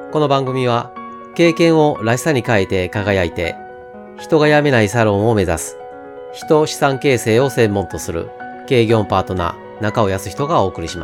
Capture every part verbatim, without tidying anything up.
この番組は経験をらしさに変えて輝いて人が辞めないサロンを目指す人資産形成を専門とする経営業パートナー中尾康人がお送りします。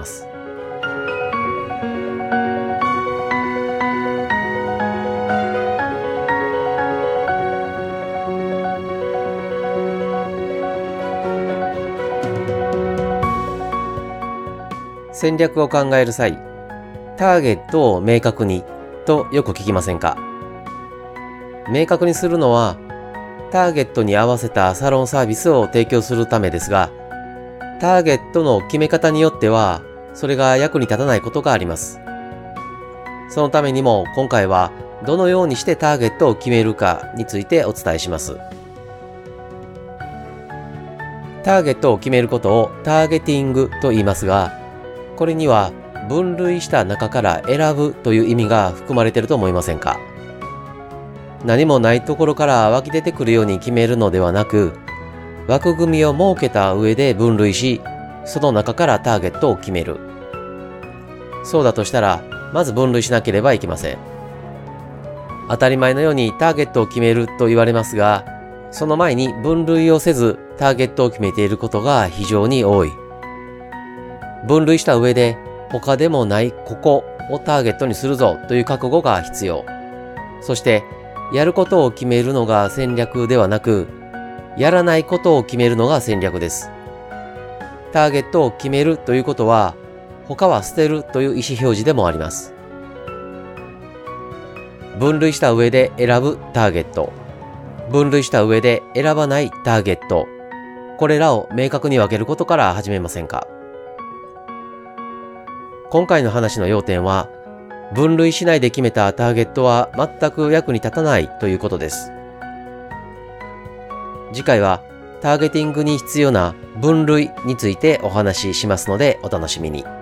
戦略を考える際、ターゲットを明確にとよく聞きませんか？明確にするのはターゲットに合わせたサロンサービスを提供するためですが、ターゲットの決め方によってはそれが役に立たないことがあります。そのためにも今回はどのようにしてターゲットを決めるかについてお伝えします。ターゲットを決めることをターゲティングと言いますが、これには分類した中から選ぶという意味が含まれていると思いませんか？何もないところから湧き出てくるように決めるのではなく、枠組みを設けた上で分類し、その中からターゲットを決める。そうだとしたら、まず分類しなければいけません。当たり前のようにターゲットを決めると言われますが、その前に分類をせずターゲットを決めていることが非常に多い。分類した上で他でもないここをターゲットにするぞという覚悟が必要。そしてやることを決めるのが戦略ではなく、やらないことを決めるのが戦略です。ターゲットを決めるということは他は捨てるという意思表示でもあります。分類した上で選ぶターゲット、分類した上で選ばないターゲット、これらを明確に分けることから始めませんか？今回の話の要点は、分類しないで決めたターゲットは全く役に立たないということです。次回はターゲティングに必要な分類についてお話ししますのでお楽しみに。